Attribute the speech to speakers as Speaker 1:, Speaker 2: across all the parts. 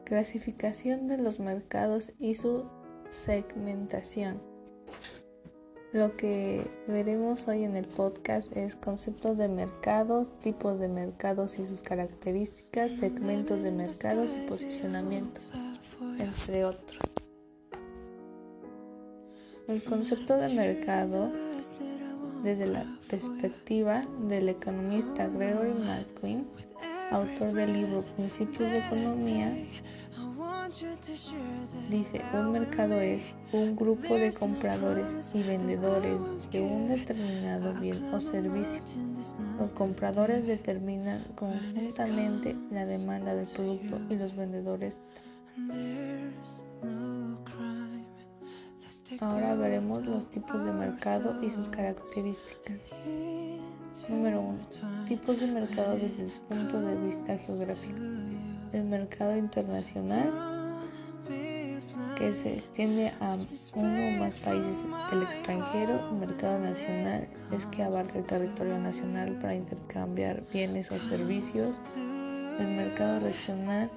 Speaker 1: Clasificación de los mercados y su segmentación. Lo que veremos hoy en el podcast es conceptos de mercados, tipos de mercados y sus características, segmentos de mercados y posicionamiento, entre otros. El concepto de mercado, desde la perspectiva del economista Gregory McQueen, autor del libro Principios de Economía, dice: un mercado es un grupo de compradores y vendedores de un determinado bien o servicio. Los compradores determinan conjuntamente la demanda del producto y los vendedores. Ahora veremos los tipos de mercado y sus características. Número 1. Tipos de mercado desde el punto de vista geográfico. El mercado internacional, que se extiende a uno o más países del extranjero. El mercado nacional es que abarca el territorio nacional para intercambiar bienes o servicios. El mercado regional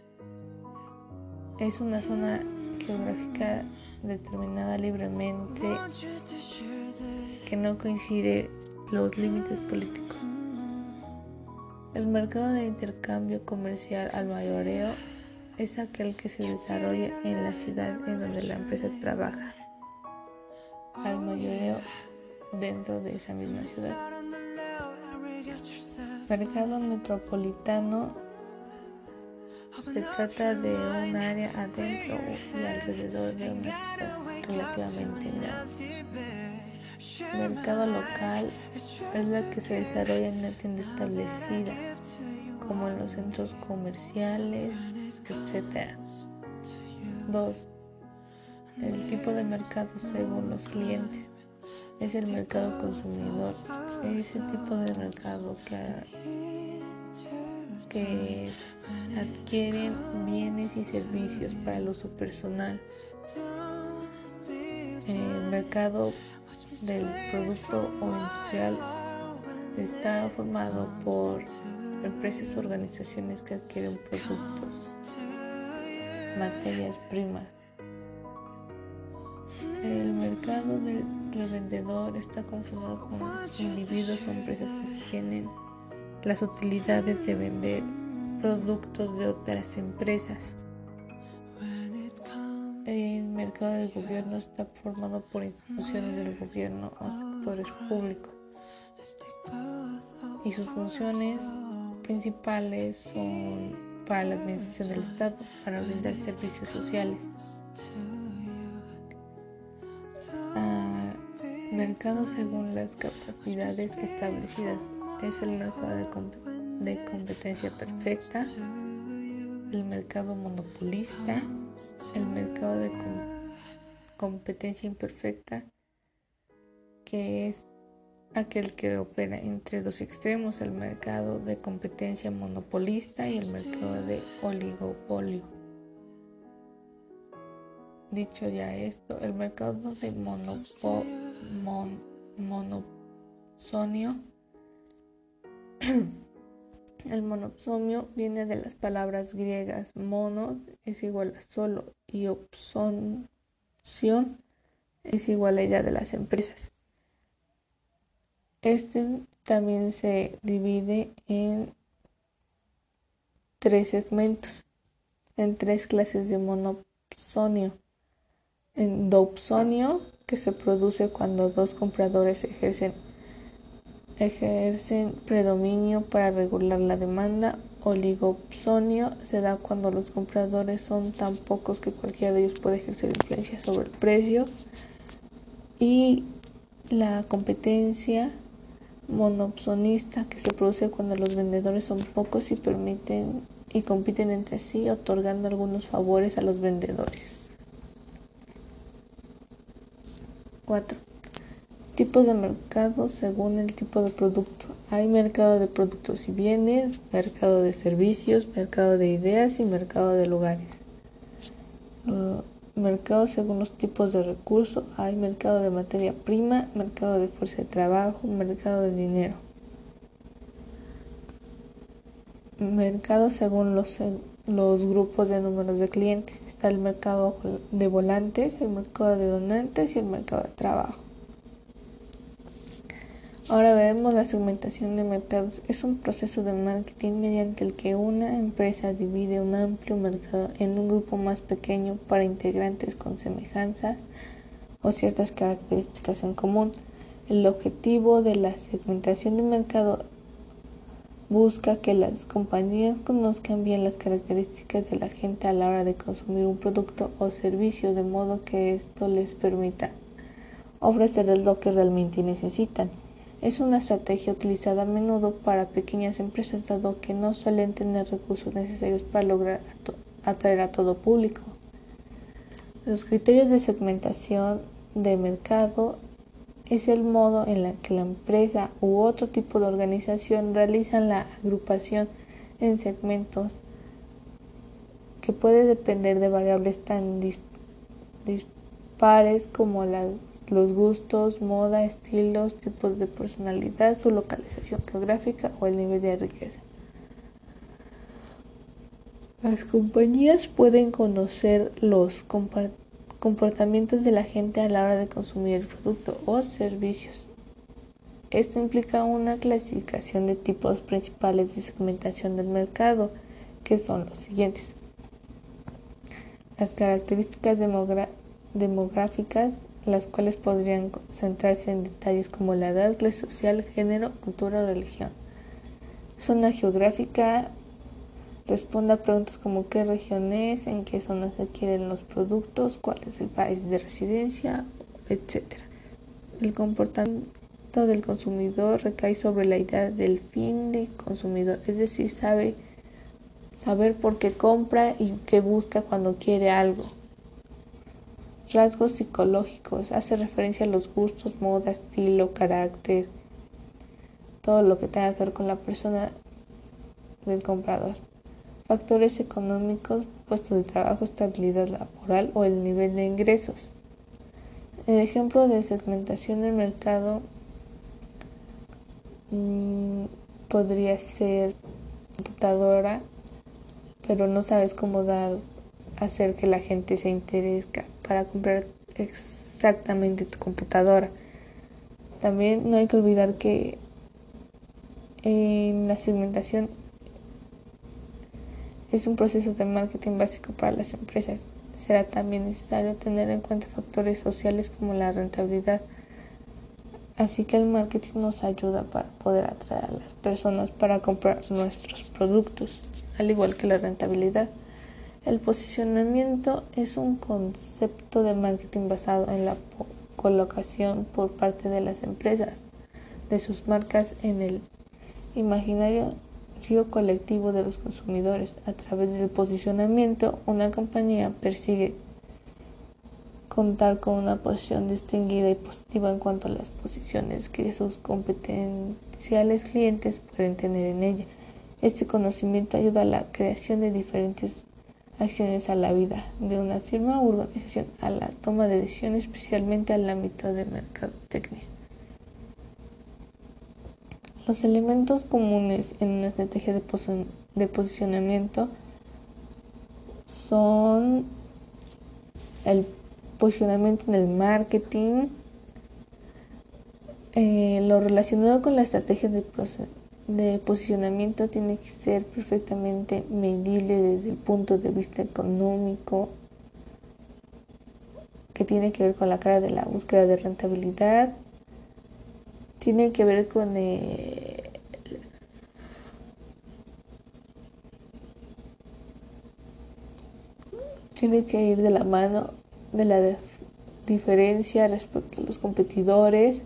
Speaker 1: es una zona geográfica determinada libremente que no coincide los límites políticos. El mercado de intercambio comercial al mayoreo es aquel que se desarrolla en la ciudad en donde la empresa trabaja, al mayoreo dentro de esa misma ciudad. Mercado metropolitano se trata de un área adentro y alrededor de una ciudad relativamente grande. Mercado local es la que se desarrolla en una tienda establecida, como en los centros comerciales, etc. 2. El tipo de mercado según los clientes es el mercado consumidor. Es ese tipo de mercado que adquieren bienes y servicios para el uso personal. El mercado del producto o industrial está formado por empresas o organizaciones que adquieren productos, materias primas. El mercado del revendedor está conformado con individuos o empresas que tienen las utilidades de vender productos de otras empresas. El mercado del gobierno está formado por instituciones del gobierno o sectores públicos, y sus funciones principales son para la administración del Estado, para brindar servicios sociales. Mercado según las capacidades establecidas es el mercado de competencia perfecta, el mercado monopolista, el mercado de competencia imperfecta, que es aquel que opera entre dos extremos, el mercado de competencia monopolista y el mercado de oligopolio. Dicho ya esto, el mercado de monopsonio. El monopsonio viene de las palabras griegas monos es igual a solo y opsonción es igual a idea de las empresas. Este también se divide en tres segmentos, en tres clases de monopsonio. Endopsonio, que se produce cuando dos compradores ejercen predominio para regular la demanda. Oligopsonio se da cuando los compradores son tan pocos que cualquiera de ellos puede ejercer influencia sobre el precio. Y la competencia monopsonista, que se produce cuando los vendedores son pocos y compiten entre sí, otorgando algunos favores a los vendedores. 4. Tipos de mercado según el tipo de producto. Hay mercado de productos y bienes, mercado de servicios, mercado de ideas y mercado de lugares. Mercado según los tipos de recursos. Hay mercado de materia prima, mercado de fuerza de trabajo, mercado de dinero. Mercado según los los grupos de números de clientes. Está el mercado de volantes, el mercado de donantes y el mercado de trabajo. Ahora veremos la segmentación de mercados. Es un proceso de marketing mediante el que una empresa divide un amplio mercado en un grupo más pequeño para integrantes con semejanzas o ciertas características en común. El objetivo de la segmentación de mercado busca que las compañías conozcan bien las características de la gente a la hora de consumir un producto o servicio, de modo que esto les permita ofrecerles lo que realmente necesitan. Es una estrategia utilizada a menudo para pequeñas empresas, dado que no suelen tener recursos necesarios para lograr atraer a todo público. Los criterios de segmentación de mercado es el modo en el que la empresa u otro tipo de organización realizan la agrupación en segmentos, que puede depender de variables tan dispares como los gustos, moda, estilos, tipos de personalidad, su localización geográfica o el nivel de riqueza. Las compañías pueden conocer los comportamientos de la gente a la hora de consumir el producto o servicios. Esto implica una clasificación de tipos principales de segmentación del mercado, que son los siguientes: las características demográficas, las cuales podrían centrarse en detalles como la edad, clase social, género, cultura o religión. Zona geográfica responde a preguntas como qué región es, en qué zona se adquieren los productos, cuál es el país de residencia, etc. El comportamiento del consumidor recae sobre la idea del fin del consumidor, es decir, saber por qué compra y qué busca cuando quiere algo. Rasgos psicológicos: hace referencia a los gustos, moda, estilo, carácter, todo lo que tenga que ver con la persona del comprador. Factores económicos: puesto de trabajo, estabilidad laboral o el nivel de ingresos. El ejemplo de segmentación del mercado podría ser computadora, pero no sabes cómo hacer que la gente se interese para comprar exactamente tu computadora. También no hay que olvidar que en la segmentación es un proceso de marketing básico para las empresas. Será también necesario tener en cuenta factores sociales como la rentabilidad. Así que el marketing nos ayuda para poder atraer a las personas para comprar nuestros productos, al igual que la rentabilidad. El posicionamiento es un concepto de marketing basado en la colocación por parte de las empresas de sus marcas en el imaginario colectivo de los consumidores. A través del posicionamiento, una compañía persigue contar con una posición distinguida y positiva en cuanto a las posiciones que sus potenciales clientes pueden tener en ella. Este conocimiento ayuda a la creación de diferentes acciones a la vida de una firma u organización, a la toma de decisiones, especialmente al ámbito de mercadotecnia. Los elementos comunes en una estrategia de posicionamiento son el posicionamiento en el marketing. Lo relacionado con la estrategia de posicionamiento tiene que ser perfectamente medible desde el punto de vista económico, que tiene que ver con la cara de la búsqueda de rentabilidad, tiene que ver con tiene que ir de la mano de la diferencia respecto a los competidores,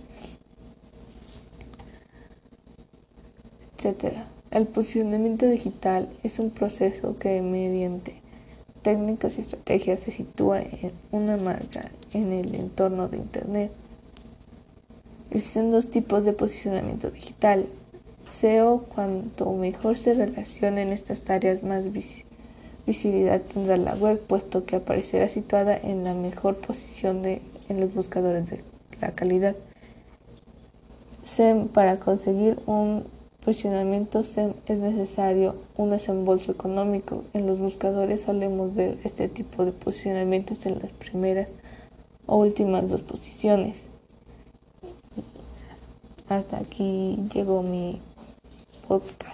Speaker 1: etc. El posicionamiento digital es un proceso que mediante técnicas y estrategias se sitúa en una marca en el entorno de Internet. Existen dos tipos de posicionamiento digital. SEO: cuanto mejor se relacionen estas tareas, más visibilidad tendrá la web, puesto que aparecerá situada en la mejor posición en los buscadores de la calidad. SEM: para conseguir un posicionamiento SEM es necesario un desembolso económico. En los buscadores solemos ver este tipo de posicionamientos en las primeras o últimas 2 posiciones. Hasta aquí llegó mi podcast.